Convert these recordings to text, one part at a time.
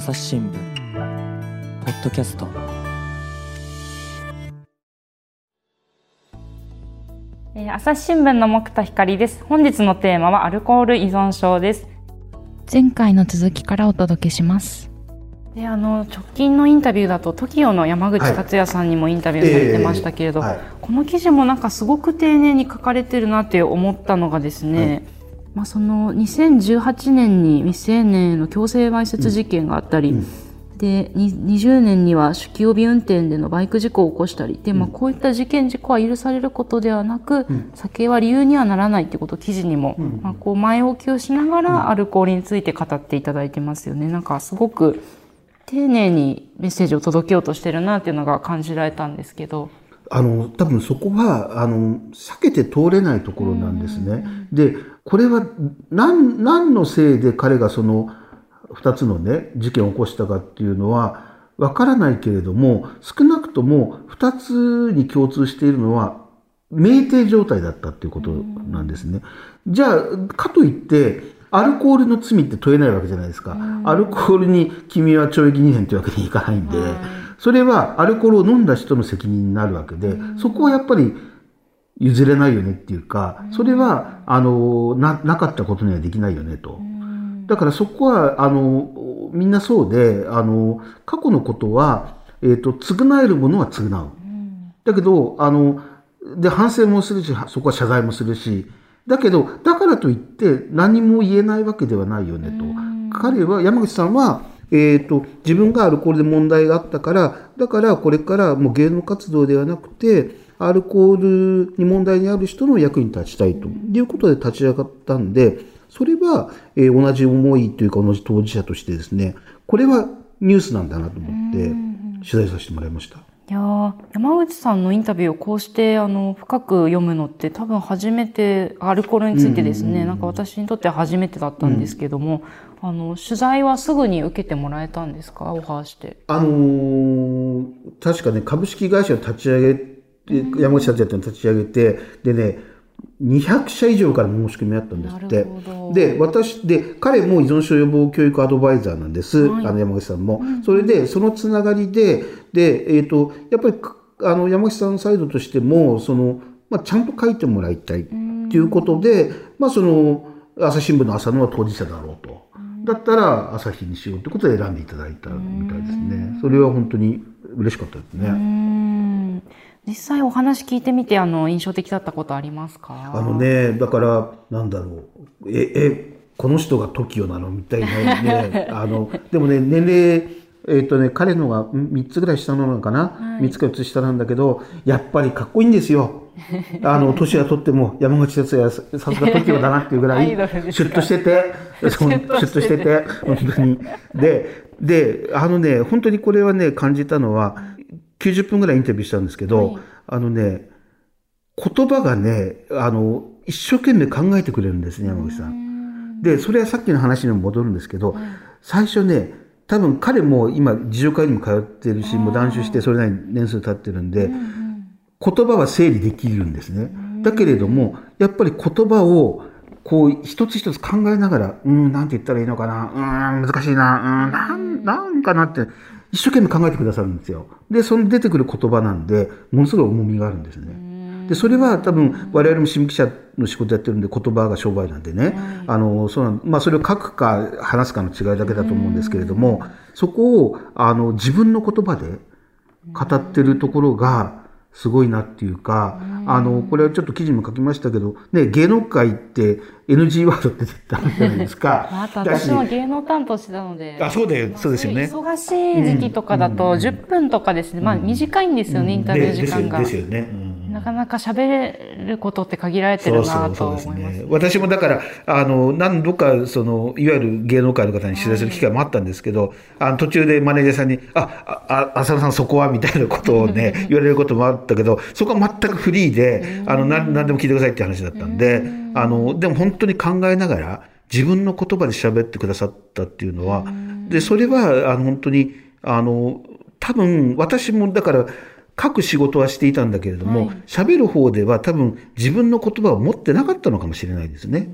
朝日新聞ポッドキャスト。 朝日新聞の木田光です。本日のテーマはアルコール依存症です。 前回の続きからお届けします。 で直近のインタビューだと TOKIO の山口達也さんにもインタビューされてましたけれど、この記事もなんかすごく丁寧に書かれてるなって思ったのがですね、その2018年に未成年への強制わいせつ事件があったり、で20年には酒気帯び運転でのバイク事故を起こしたりで、こういった事件事故は許されることではなく、酒は理由にはならないということを記事にも、こう前置きをしながらアルコールについて語っていただいてますよね。なんかすごく丁寧にメッセージを届けようとしてるなっていうのが感じられたんですけど、 多分そこは避けて通れないところなんですね。でこれは何のせいで彼がその2つのね事件を起こしたかっていうのはわからないけれども、少なくとも2つに共通しているのは酩酊状態だったっていうことなんですね。じゃあかといってアルコールの罪って問えないわけじゃないですか。アルコールに君は懲役2年というわけにいかないんで、それはアルコールを飲んだ人の責任になるわけで、そこはやっぱり譲れないよねっていうか、それはなかったことにはできないよねと。だからそこはみんなそうで、過去のことは、償えるものは償う。だけどで反省もするし、そこは謝罪もするし、だけどだからといって何も言えないわけではないよねと。山口さんは自分がアルコールで問題があったから、だからこれからもう芸能活動ではなくてアルコールに問題にある人の役に立ちたいということで立ち上がったんで、それは同じ思いというか同じ当事者としてですね、これはニュースなんだなと思って取材させてもらいました。 いや山口さんのインタビューをこうして深く読むのって多分初めて、アルコールについてですね、なんか私にとっては初めてだったんですけども、取材はすぐに受けてもらえたんですか？オファーして。 確かね、株式会社を立ち上げて、山口さんって立ち上げて、でね、200社以上から申し込みあったんですって。で彼も依存症予防教育アドバイザーなんです、山口さんも。それでそのつながりでやっぱり山口さんサイドとしてもちゃんと書いてもらいたいっていうことで、その朝日新聞の朝のは当事者だろうと。だったら朝日にしようということで選んでいただいたみたいですね。それは本当に嬉しかったですね。 実際お話聞いてみて印象的だったことありますか？ だからなんだろう、この人が TOKIO なのみたいなねでもね、年齢彼のが3つぐらい下なのかな、3つか4つ下なんだけど、やっぱりかっこいいんですよ。年はとっても山口哲也さすが TOKIO だなっていうぐらいシュッとしててシュッとしてて本当にで本当にこれはね感じたのは、90分ぐらいインタビューしたんですけど、言葉がね一生懸命考えてくれるんですね、山口さん。でそれはさっきの話にも戻るんですけど、最初ね多分彼も今自助会にも通ってるし、もう断酒してそれなりに年数経ってるんで、言葉は整理できるんですね。だけれどもやっぱり言葉をこう一つ一つ考えながら、なんて言ったらいいのかな、難しいな、なんかなって一生懸命考えてくださるんですよ。でその出てくる言葉なんでものすごい重みがあるんですね。でそれは多分我々も新聞記者の仕事やってるんで、言葉が商売なんでね、それを書くか話すかの違いだけだと思うんですけれども、そこを自分の言葉で語ってるところがすごいなっていうか、これはちょっと記事にも書きましたけど、ね、芸能界って NG ワードって絶対あるじゃないですか。 私も芸能担当してたので、 そうですよね。 忙しい時期とかだと10分とかですね、短いんですよね、インタビュー時間が。 ですよね。 なかなか喋れることって限られてるなと思います。 私もだから何度かいわゆる芸能界の方に取材する機会もあったんですけど、途中でマネージャーさんに浅野さんそこはみたいなことをね言われることもあったけど、そこは全くフリーで何でも聞いてくださいって話だったんで、でも本当に考えながら自分の言葉で喋ってくださったっていうのは、でそれは本当に多分私もだから書く仕事はしていたんだけれども、喋る方では多分自分の言葉を持ってなかったのかもしれないですね。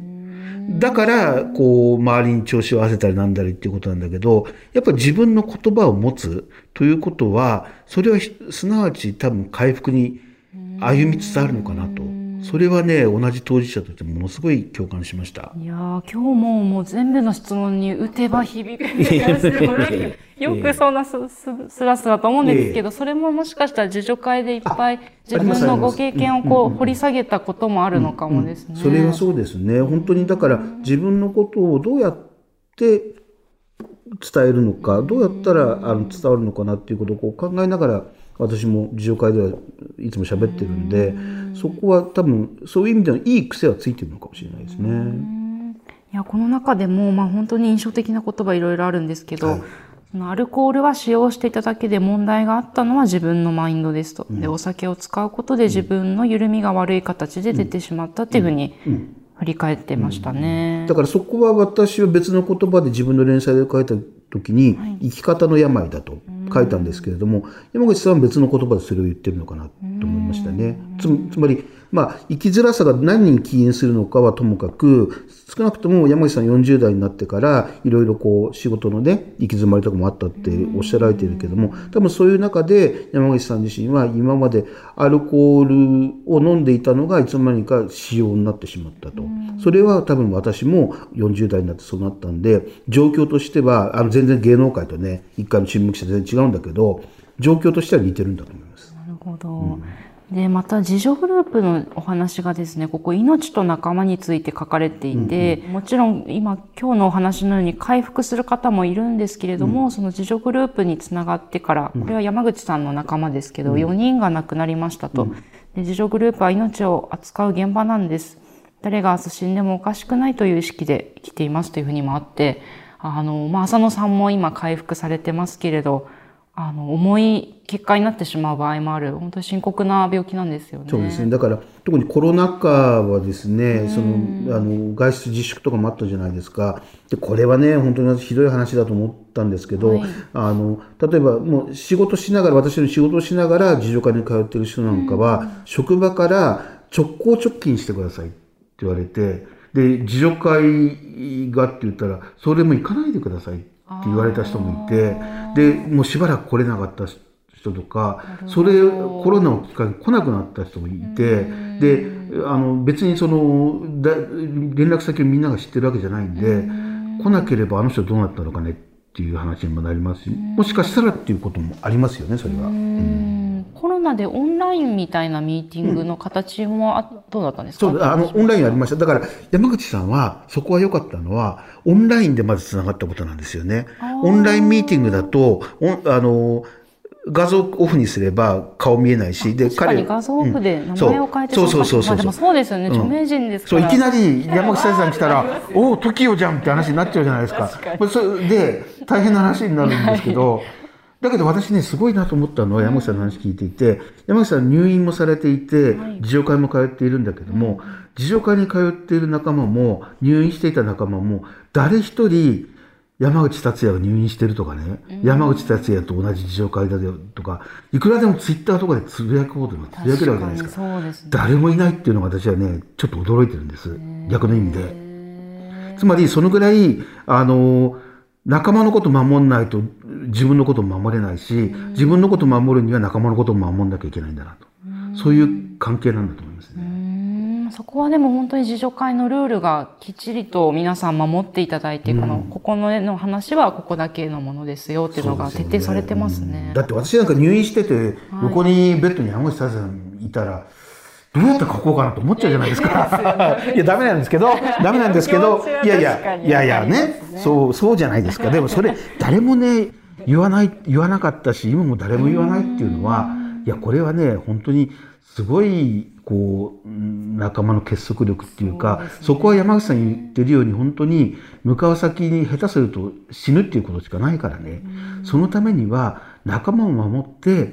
だからこう周りに調子を合わせたりなんだりっていうことなんだけど、やっぱり自分の言葉を持つということは、それはすなわち多分回復に歩みつつあるのかなと。それはね、同じ当事者としてものすごい共感しました。 いやー、今日もう全部の質問に打てば響くよくそんなスラスラと思うんですけど、それももしかしたら自助会でいっぱい自分のご経験をこう掘り下げたこともあるのかもですね。 それはそうですね。本当にだから自分のことをどうやって伝えるのか、どうやったら伝わるのかなっていうことをこう考えながら、私も自助会ではいつも喋ってるんで、そこは多分そういう意味でのいい癖はついてるのかもしれないですね。 いや、この中でも本当に印象的な言葉いろいろあるんですけど、そのアルコールは使用していただけで問題があったのは自分のマインドですと。で、お酒を使うことで自分の緩みが悪い形で出てしまったっていうふうに振り返ってましたね。 だからそこは私は別の言葉で自分の連載で書いた時に、生き方の病だと書いたんですけれども、山口さんは別の言葉でそれを言ってるのかなと思いましたね。つまり、生きづらさが何に起因するのかはともかく、少なくとも山口さん40代になってからいろいろこう仕事のね、行き詰まりとかもあったっておっしゃられているけども、多分そういう中で山口さん自身は今までアルコールを飲んでいたのがいつの間にか使用になってしまったと。それは多分私も40代になってそうなったんで、状況としては全然芸能界とね、一回の注目者全然違うんだけど、状況としては似てるんだと思います。 なるほど。で、また自助グループのお話がですね、ここ命と仲間について書かれていて、もちろん今日のお話のように回復する方もいるんですけれども、その自助グループにつながってから、これは山口さんの仲間ですけど、4人が亡くなりましたと。で、自助グループは命を扱う現場なんです。誰が明日死んでもおかしくないという意識で生きていますというふうにもあって、浅野さんも今回復されてますけれど、重い結果になってしまう場合もある、本当に深刻な病気なんですよね。 そうですね。だから特にコロナ禍はですね、外出自粛とかもあったじゃないですか。で、これはね、本当にひどい話だと思ったんですけど、例えばもう仕事しながら、私の仕事をしながら自助会に通っている人なんかは、職場から直行直帰してくださいって言われて、で、自助会がって言ったら、それも行かないでくださいって言われた人もいて、で、もうしばらく来れなかった人とか、コロナをきっかけに来なくなった人もいて、で、別に連絡先をみんなが知ってるわけじゃないんで、来なければあの人どうなったのかねっていう話にもなりますし、もしかしたらっていうこともありますよね、それは。 コロナでオンラインみたいなミーティングの形もどうだったんですか？ そう、オンラインありました。だから山口さんはそこは良かったのはオンラインでまずつながったことなんですよね。オンラインミーティングだと画像オフにすれば顔見えないし、で、 確かに画像オフで名前を変えてそうでもそうですよね、著名人ですから。 そう、いきなり山口さん来たら、おお、TOKIOじゃんって話になっちゃうじゃないですか。それで、大変な話になるんですけど、だけど私ね、すごいなと思ったのは山口さんの話聞いていて、山口さん入院もされていて、自助会も通っているんだけども、自助会に通っている仲間も、入院していた仲間も、誰一人、山口達也が入院してるとかね、山口達也と同じ自助会だよとか、いくらでもツイッターとかでつぶやくことがつぶやけるわけじゃないですか。誰もいないっていうのが私はね、ちょっと驚いてるんです。逆の意味で。つまり、そのぐらい、仲間のことを守んないと自分のことを守れないし、自分のことを守るには仲間のことを守んなきゃいけないんだなと。そういう関係なんだと思いますね。 そこはでも本当に自助会のルールがきっちりと皆さん守っていただいて、ここの話はここだけのものですよっていうのが徹底されてますね。 だって私なんか入院してて、横にベッドに山口達也さんいたら、どうやって書こうかなと思っちゃうじゃないですか。いや、ダメなんですけど、いやいやね、そうじゃないですか。でもそれ、誰もね、言わなかったし、今も誰も言わないっていうのは、いや、これはね、本当にすごい、仲間の結束力っていうか、そこは山口さん言ってるように、本当に、向かう先に下手すると死ぬっていうことしかないからね。そのためには、仲間を守って、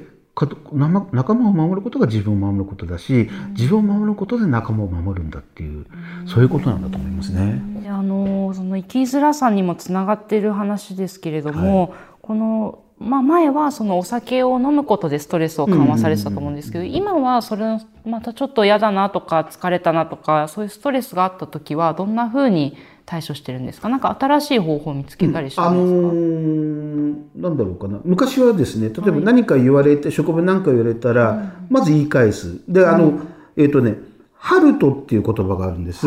仲間を守ることが自分を守ることだし、自分を守ることで仲間を守るんだっていう、そういうことなんだと思いますね。 その生きづらさにもつながっている話ですけれども、この前はそのお酒を飲むことでストレスを緩和されてたと思うんですけど、今はそれまたちょっと嫌だなとか疲れたなとかそういうストレスがあった時はどんな風に対処してるんですか？なんか新しい方法を見つけたりしてますか？ なんだろうかな。昔はですね、例えば何か言われて、職場なんか言われたら、まず言い返す。で、ハルトっていう言葉があるんです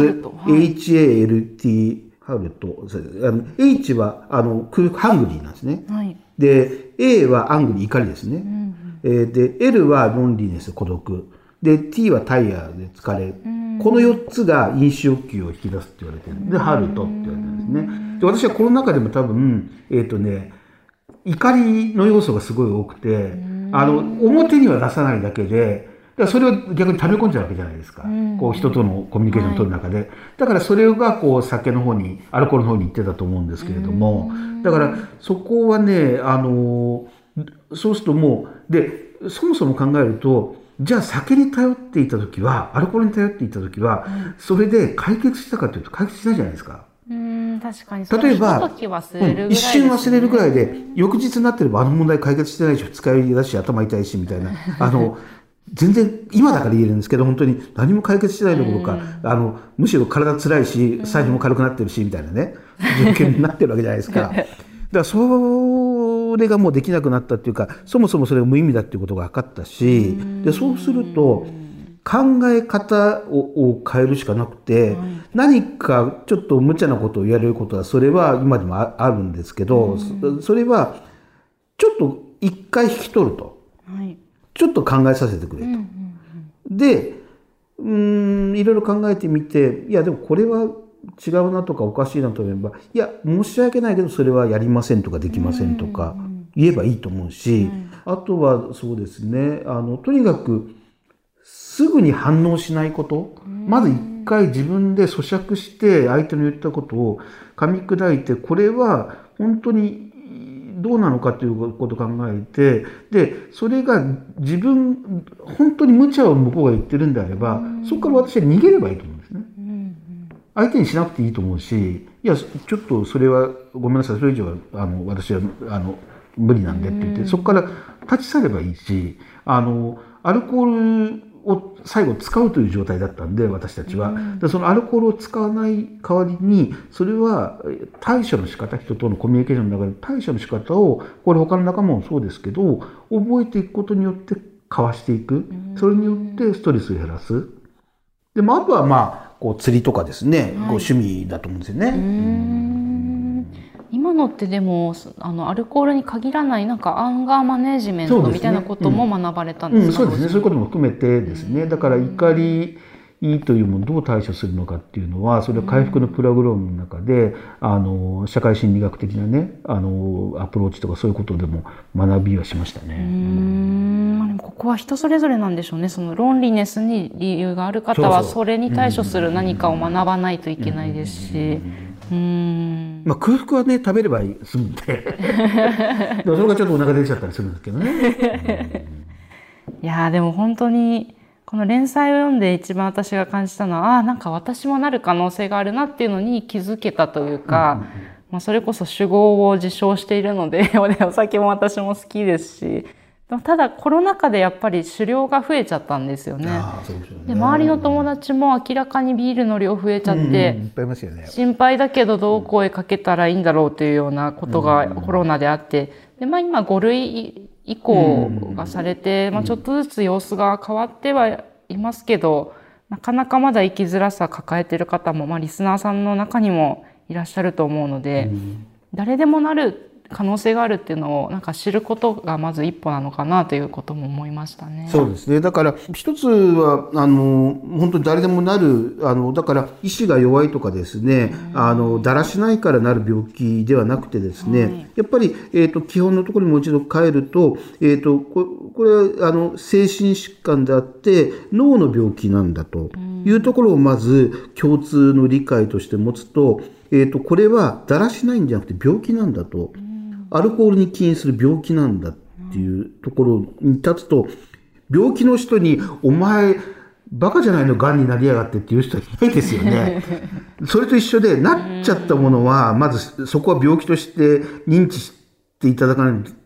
。HALT、ハルト。H は、ハングリーなんですね。 はい、 で、A はアングリー、怒りですね。で、L はロンリネス、孤独。で、T はタイヤで疲れ。この4つが飲酒欲求を引き出すって言われてる。で、ハルトって言われてるんですね。で、私はこの中でも多分、怒りの要素がすごい多くて、表には出さないだけで、それを逆に溜め込んじゃうわけじゃないですか。こう、人とのコミュニケーションを取る中で。だからそれが、こう、酒の方に、アルコールの方に行ってたと思うんですけれども、だから、そこはね、そうするともう、で、そもそも考えると、じゃあ酒に頼っていた時は、アルコールに頼っていた時は、それで解決したかというと解決しないじゃないですか。 確かに。 例えば、一瞬忘れるぐらいで、翌日になってればあの問題解決してないし、二日酔いだし、頭痛いし、みたいな。全然、今だから言えるんですけど、本当に何も解決してないどころか、むしろ体辛いし、財布も軽くなってるし、みたいなね、状況になってるわけじゃないですか。だからそれがもうできなくなったっていうか、そもそもそれが無意味だっていうことが分かったし、でそうすると考え方を変えるしかなくて、何かちょっと無茶なことをやれることはそれは今でもあるんですけど、それはちょっと一回引き取ると、ちょっと考えさせてくれと。で、いろいろ考えてみて、いやでもこれは違うなとかおかしいなと思えば、いや申し訳ないけどそれはやりませんとかできませんとか言えばいいと思うし、あとはそうですね、とにかくすぐに反応しないこと、まず一回自分で咀嚼して相手の言ったことを噛み砕いて、これは本当にどうなのかということを考えて、でそれが自分本当に無茶を向こうが言ってるんであれば、そこから私は逃げればいいと思うんですね。相手にしなくていいと思うし、いやちょっとそれはごめんなさい、それ以上は私は無理なんでって言って、そこから立ち去ればいいし、アルコールを最後使うという状態だったんで、私たちは。でそのアルコールを使わない代わりに、それは対処の仕方、人とのコミュニケーションの中で対処の仕方を、これ他の仲間もそうですけど、覚えていくことによって交わしていく。それによってストレスを減らす。でもあとはこう釣りとかですね、こう趣味だと思うんですよね。 今のってでもアルコールに限らないなんかアンガーマネジメントみたいなことも学ばれたんですか？ そうですね。そういうことも含めてですね。だから怒りというものをどう対処するのかっていうのは、それは回復のプログラムの中で社会心理学的なねアプローチとかそういうことでも学びはしましたね。 ここは人それぞれなんでしょうね。そのロンリネスに理由がある方はそれに対処する何かを学ばないといけないですし、 空腹はね食べれば済むんででもそれがちょっとお腹出ちゃったりするんですけどね。 いやでも本当にこの連載を読んで一番私が感じたのは、なんか私もなる可能性があるなっていうのに気づけたというか、それこそ酒豪を自称しているのでお酒も私も好きですし、ただコロナ禍でやっぱり酒量が増えちゃったんですよね。で周りの友達も明らかにビールの量増えちゃって、心配だけどどう声かけたらいいんだろうというようなことがコロナであって、で今5類移行がされて、ちょっとずつ様子が変わってはいますけど、なかなかまだ生きづらさ抱えている方も、リスナーさんの中にもいらっしゃると思うので、誰でもなる可能性があるっていうのをなんか知ることがまず一歩なのかなということも思いましたね。 そうですね。だから一つは本当に誰でもなるだから意志が弱いとかですね、だらしないからなる病気ではなくてですね、やっぱり基本のところにもう一度帰るとこれは精神疾患であって脳の病気なんだというところをまず共通の理解として持つと、これはだらしないんじゃなくて病気なんだと。アルコールに起因する病気なんだっていうところに立つと、病気の人にお前バカじゃないのがんになりやがってっていう人はいないですよね。それと一緒で、なっちゃったものはまずそこは病気として認知していただかない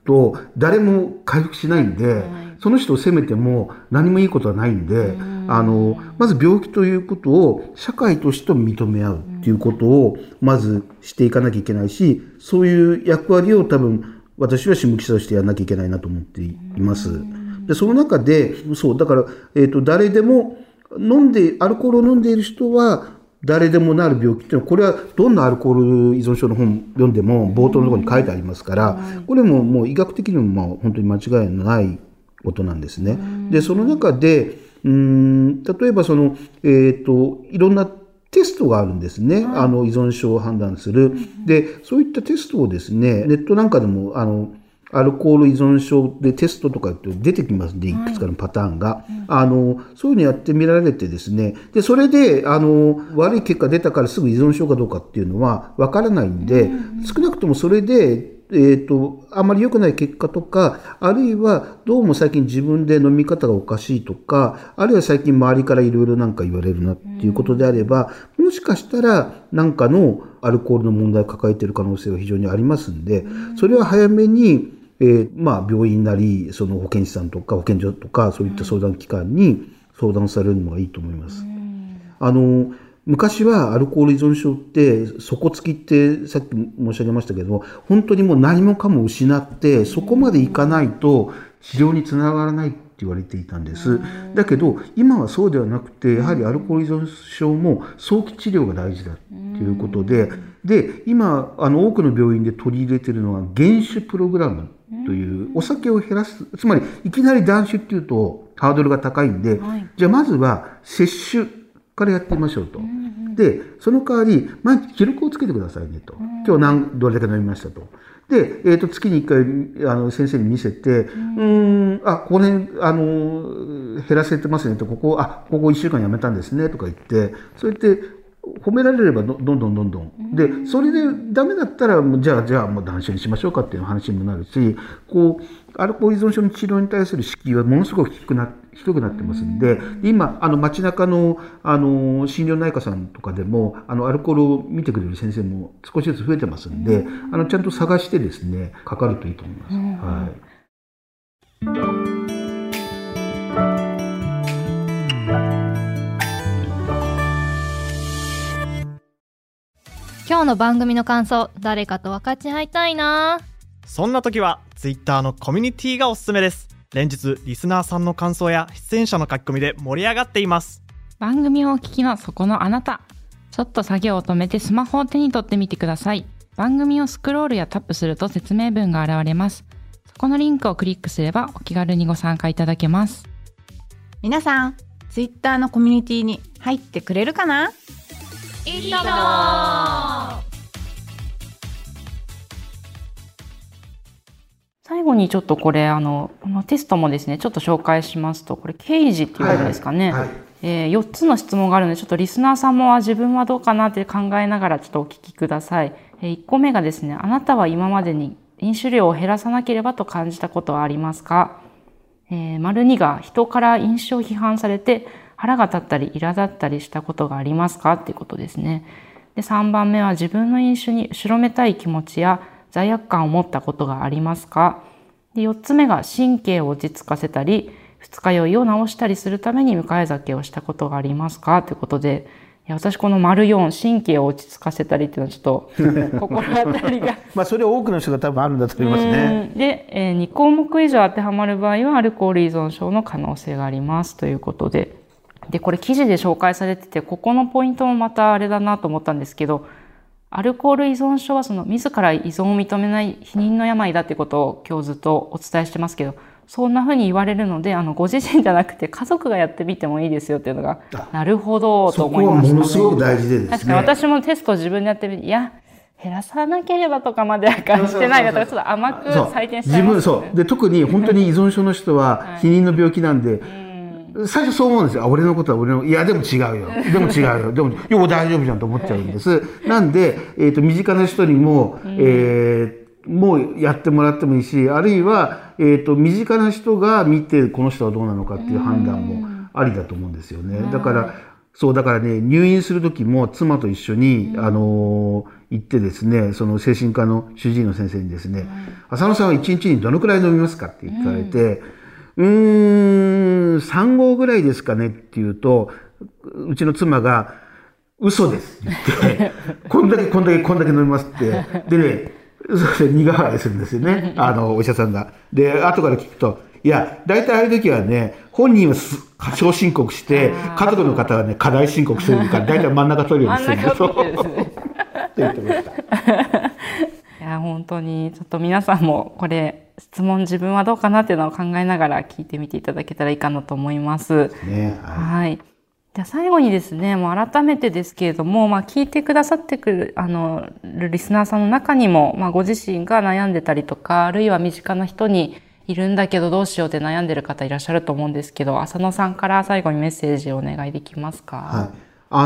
と誰も回復しないんで、その人を責めても何もいいことはないんで、まず病気ということを社会として認め合うっていうことをまずしていかなきゃいけないし、そういう役割を多分私は新聞記者としてやらなきゃいけないなと思っています。でその中でそうだから、誰でもアルコールを飲んでいる人は誰でもなる病気っていうのは、これはどんなアルコール依存症の本読んでも冒頭のところに書いてありますから、これもう医学的にも本当に間違いないことなんですね。でその中で例えばいろんなテストがあるんですね、依存症を判断する。でそういったテストをですね、ネットなんかでもアルコール依存症でテストとかって出てきますんで、いくつかのパターンが、そういうのやってみられてですね、でそれで悪い結果出たからすぐ依存症かどうかっていうのは分からないんで、少なくともそれであまり良くない結果とか、あるいはどうも最近自分で飲み方がおかしいとか、あるいは最近周りからいろいろなんか言われるなっていうことであれば、もしかしたら何かのアルコールの問題を抱えている可能性は非常にありますんで、それは早めに病院なりその保健師さんとか保健所とかそういった相談機関に相談されるのがいいと思います。昔はアルコール依存症って底つきってさっき申し上げましたけど、本当にもう何もかも失ってそこまでいかないと治療につながらないって言われていたんです。だけど今はそうではなくて、やはりアルコール依存症も早期治療が大事だっていうことで、今多くの病院で取り入れているのは減酒プログラムという、お酒を減らす、つまりいきなり断酒っていうとハードルが高いんで、じゃあまずは摂取からやってみましょうと。でその代わり毎日記録をつけてくださいねと。今日どれだけ飲みましたと。で、月に1回先生に見せて、ここね減らせてますねと、ここ1週間やめたんですねとか言って、そうやって褒められればどんどんで、それでダメだったらじゃあもう断酒にしましょうかっていう話にもなるし、アルコール依存症の治療に対する敷居はものすごく低くなってますんで、今街中の心療内科さんとかでもアルコールを見てくれる先生も少しずつ増えてますんで、ちゃんと探してですねかかるといいと思います。 今日の番組の感想、誰かと分かち合いたいな。 そんな時は Twitter のコミュニティがおすすめです。連日リスナーさんの感想や出演者の書き込みで盛り上がっています。 番組をお聞きのそこのあなた、ちょっと作業を止めてスマホを手に取ってみてください。番組をスクロールやタップすると説明文が現れます。そこのリンクをクリックすればお気軽にご参加いただけます。 皆さん、Twitter のコミュニティに入ってくれるかな？ いいとも。 最後にちょっとこれこのテストもですねちょっと紹介しますと、これ刑事っていうんですかね、4つの質問があるので、ちょっとリスナーさんも自分はどうかなって考えながらちょっとお聞きください。1個目がですね、あなたは今までに飲酒量を減らさなければと感じたことはありますか？丸2が人から飲酒を批判されて腹が立ったり苛立ったりしたことがありますかっていうことですね。で3番目は自分の飲酒に後ろめたい気持ちや罪悪感を持ったことがありますか？で4つ目が神経を落ち着かせたり二日酔いを治したりするために迎え酒をしたことがありますかということで、私この丸4神経を落ち着かせたりっていうのはちょっと心当たりがそれは多くの人が多分あるんだと思いますね。 で、2項目以上当てはまる場合はアルコール依存症の可能性がありますということで、これ記事で紹介されてて、ここのポイントもまたあれだなと思ったんですけど、アルコール依存症は自ら依存を認めない否認の病だってことを今日ずっとお伝えしてますけど、そんな風に言われるので、ご自身じゃなくて家族がやってみてもいいですよっていうのが、なるほどと思いましたね。 そこはものすごく大事でですね。 確かに私もテストを自分でやってみて、減らさなければとかまでは感じてないなとか、ちょっと甘く採点しちゃいますよね。 で、特に本当に依存症の人は否認の病気なんで、最初そう思うんですよ。俺のことはでも違うよ。でも大丈夫じゃんと思っちゃうんです。なんで、身近な人にも、もうやってもらってもいいし、あるいは、身近な人が見てこの人はどうなのかっていう判断もありだと思うんですよね。だから、 そうだからね、入院する時も妻と一緒に、行ってですね、その精神科の主治医の先生にですね、浅野さんは1日にどのくらい飲みますかって聞かれて、3合ぐらいですかねって言うと、うちの妻が嘘ですって言ってこんだけ飲みますってでね、それで苦笑いするんですよね、お医者さんが。で後から聞くと、いや大体ああいう時はね、本人は過小申告して家族の方はね過大申告してるから、大体真ん中取るようにするんですよって言ってました。 いや本当にちょっと皆さんもこれ質問自分はどうかなっていうのを考えながら聞いてみていただけたらいいかなと思います。 ね、 はい。じゃあ最後にですね、もう改めてですけれども、聞いてくださってくるリスナーさんの中にも、ご自身が悩んでたりとか、あるいは身近な人にいるんだけどどうしようって悩んでる方いらっしゃると思うんですけど、浅野さんから最後にメッセージをお願いできますか。 はい、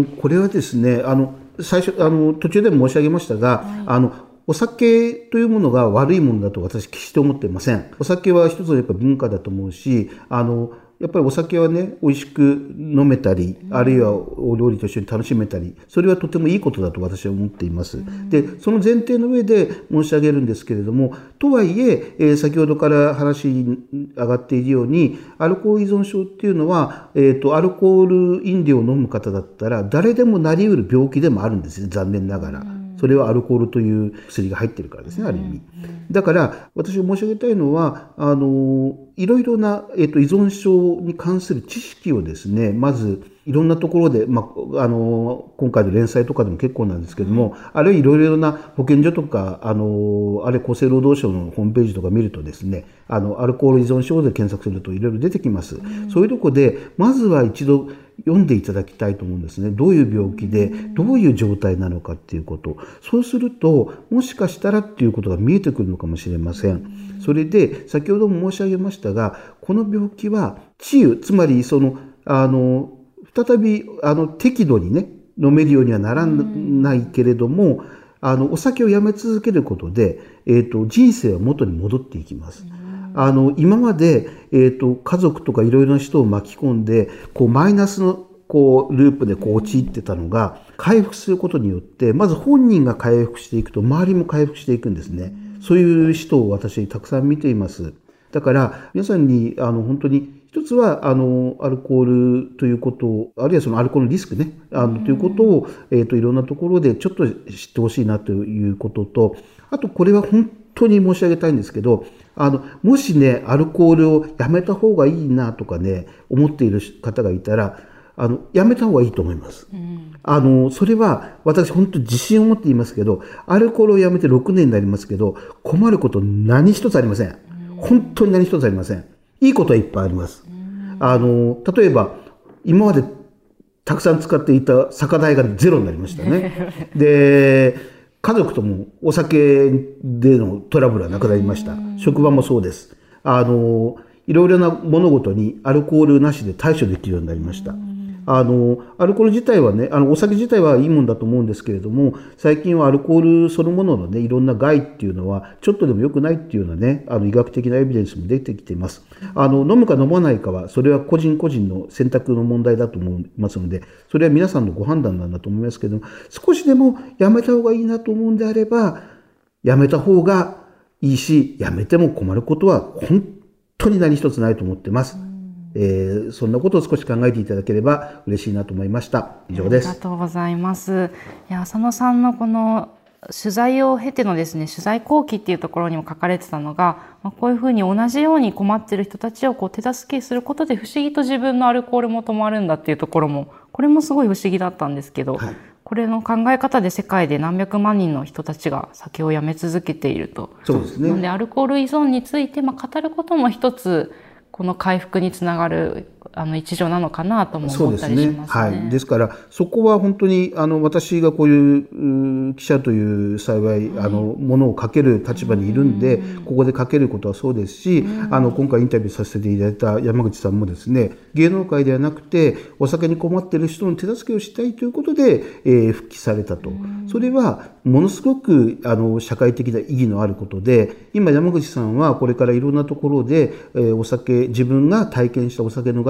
これはですね、最初途中でも申し上げましたが、お酒というものが悪いものだと私決して思っていません。お酒は一つのやっぱ文化だと思うし、やっぱりお酒はね、美味しく飲めたり、あるいはお料理と一緒に楽しめたり、それはとてもいいことだと私は思っています。で、その前提の上で申し上げるんですけれども、とはいえ、先ほどから話に上がっているように、アルコール依存症っていうのは、アルコール飲料を飲む方だったら、誰でもなり得る病気でもあるんですね、残念ながら。それはアルコールという薬が入ってるからですね、ある意味。だから私が申し上げたいのは、いろいろな、依存症に関する知識をですね、まずいろんなところで、今回の連載とかでも結構なんですけども、あるいはいろいろな保健所とか、あるいは厚生労働省のホームページとか見るとですね、アルコール依存症で検索するといろいろ出てきます。そういうところでまずは一度読んでいただきたいと思うんですね。どういう病気でどういう状態なのかっていうこと。そうするともしかしたらっていうことが見えてくるのかもしれません。それで先ほども申し上げましたが、この病気は治癒、つまり再び適度にね飲めるようにはならないけれども、お酒をやめ続けることで、人生は元に戻っていきます。今まで、家族とかいろいろな人を巻き込んでマイナスのループで陥ってたのが回復することによって、まず本人が回復していくと周りも回復していくんですね。そういう人を私たくさん見ています。だから皆さんに本当に一つはアルコールということを、あるいはそのアルコールのリスクねということを、いろんなところでちょっと知ってほしいなということと、あとこれは本当に申し上げたいんですけど、もしねアルコールをやめた方がいいなとかね思っている方がいたら、やめた方がいいと思います。それは私本当に自信を持って言いますけど、アルコールをやめて6年になりますけど、困ること何一つありません。本当に何一つありません。いいことはいっぱいあります。例えば今までたくさん使っていた酒代がゼロになりましたね。で、家族ともお酒でのトラブルはなくなりました。職場もそうです。いろいろな物事にアルコールなしで対処できるようになりました。アルコール自体はね、お酒自体はいいもんだと思うんですけれども、最近はアルコールそのもののね、いろんな害っていうのはちょっとでも良くないっていうようなね、医学的なエビデンスも出てきています。飲むか飲まないかは、それは個人個人の選択の問題だと思いますので、それは皆さんのご判断なんだと思いますけど、少しでもやめた方がいいなと思うんであれば、やめた方がいいし、やめても困ることは本当に何一つないと思ってます。そんなことを少し考えていただければ嬉しいなと思いました。以上です。 ありがとうございます。いや、浅野さんのこの取材を経てのですね、取材後期っていうところにも書かれてたのが、こういうふうに同じように困っている人たちを手助けすることで不思議と自分のアルコールも止まるんだっていうところも、これもすごい不思議だったんですけど、これの考え方で世界で何百万人の人たちが酒をやめ続けていると。 そうですね。 なのでアルコール依存について語ることも一つこの回復につながる一助なのかなとも思ったりしますね。 はい。ですからそこは本当に私がこういう記者という幸いものを書ける立場にいるんで、ここで書けることはそうですし、今回インタビューさせていただいた山口さんもですね、芸能界ではなくてお酒に困っている人の手助けをしたいということで、復帰されたと。それはものすごく社会的な意義のあることで、今山口さんはこれからいろんなところで、自分が体験したお酒の害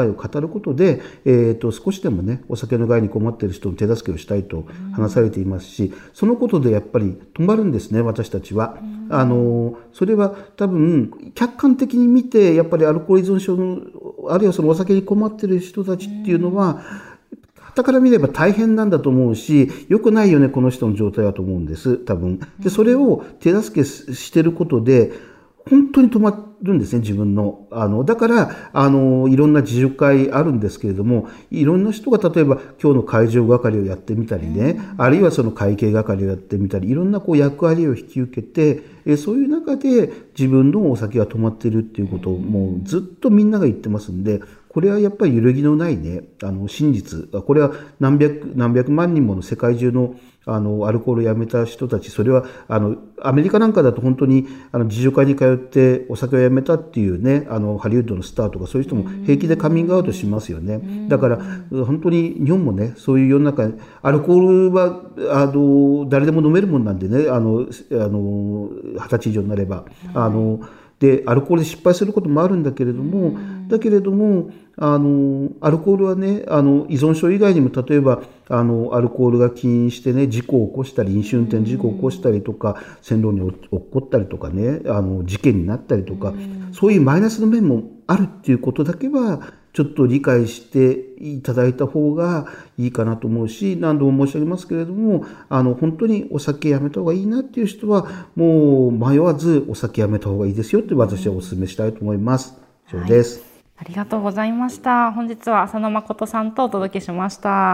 を語ることで、少しでもねお酒の害に困っている人の手助けをしたいと話されていますし、そのことでやっぱり止まるんですね、私たちは。それは多分客観的に見てやっぱりアルコール依存症のあるいはそのお酒に困っている人たちっていうのは傍から見れば大変なんだと思うし、良くないよねこの人の状態だと思うんです多分。でそれを手助けしてることで本当に止まるんですね、自分の。だから、いろんな自助会あるんですけれども、いろんな人が例えば今日の会場係をやってみたりね、あるいはその会計係をやってみたり、いろんな役割を引き受けて、そういう中で自分のお酒が止まっているっていうことをもうずっとみんなが言ってますんで、これはやっぱり揺るぎのないね、真実。これは何百万人もの世界中のアルコールをやめた人たち、それはアメリカなんかだと本当に自助会に通ってお酒をやめたっていうね、ハリウッドのスターとかそういう人も平気でカミングアウトしますよね。だから本当に日本もね、そういう世の中アルコールは誰でも飲めるもんなんでね、20歳以上になればでアルコールで失敗することもあるんだけれども、アルコールはね依存症以外にも例えばアルコールが起因してね事故を起こしたり、飲酒運転事故を起こしたりとか、線路に落っこったりとかね事件になったりとか、そういうマイナスの面もあるっていうことだけはちょっと理解していただいた方がいいかなと思うし、何度も申し上げますけれども本当にお酒やめた方がいいなっていう人はもう迷わずお酒やめた方がいいですよって私はお勧めしたいと思います。以上です。 ありがとうございました。本日は浅野誠さんとお届けしました。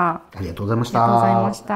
ありがとうございました。 ありがとうございました。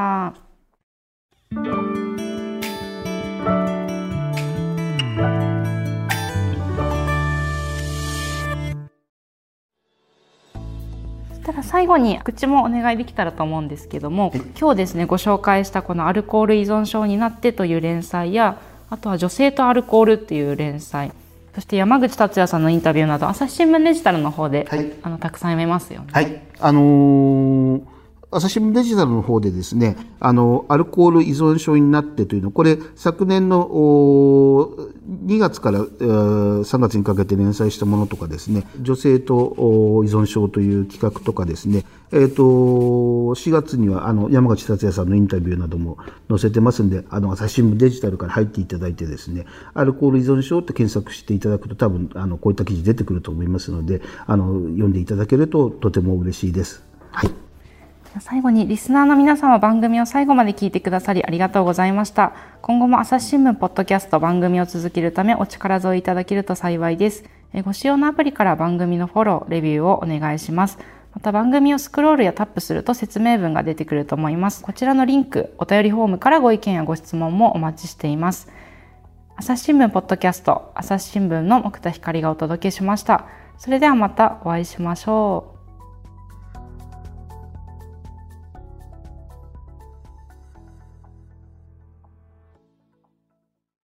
そしたら最後に告知もお願いできたらと思うんですけども、今日ですねご紹介したこのアルコール依存症になってという連載や、あとは女性とアルコールっていう連載、そして山口達也さんのインタビューなど朝日新聞デジタルの方で、たくさん読めますよね。 はい、朝日新聞デジタルの方でですね、アルコール依存症になってというの、これ昨年の2月から3月にかけて連載したものとかですね、女性と依存症という企画とかですね、4月には山口達也さんのインタビューなども載せてますんで、朝日新聞デジタルから入っていただいてですね、アルコール依存症って検索していただくと多分こういった記事出てくると思いますので、読んでいただけるととても嬉しいです。はい。 最後にリスナーの皆様、番組を最後まで聞いてくださりありがとうございました。今後も朝日新聞ポッドキャスト番組を続けるためお力添えいただけると幸いです。ご使用のアプリから番組のフォロー、レビューをお願いします。また番組をスクロールやタップすると説明文が出てくると思います。こちらのリンク、お便りフォームからご意見やご質問もお待ちしています。朝日新聞ポッドキャスト、朝日新聞の木田光がお届けしました。それではまたお会いしましょう。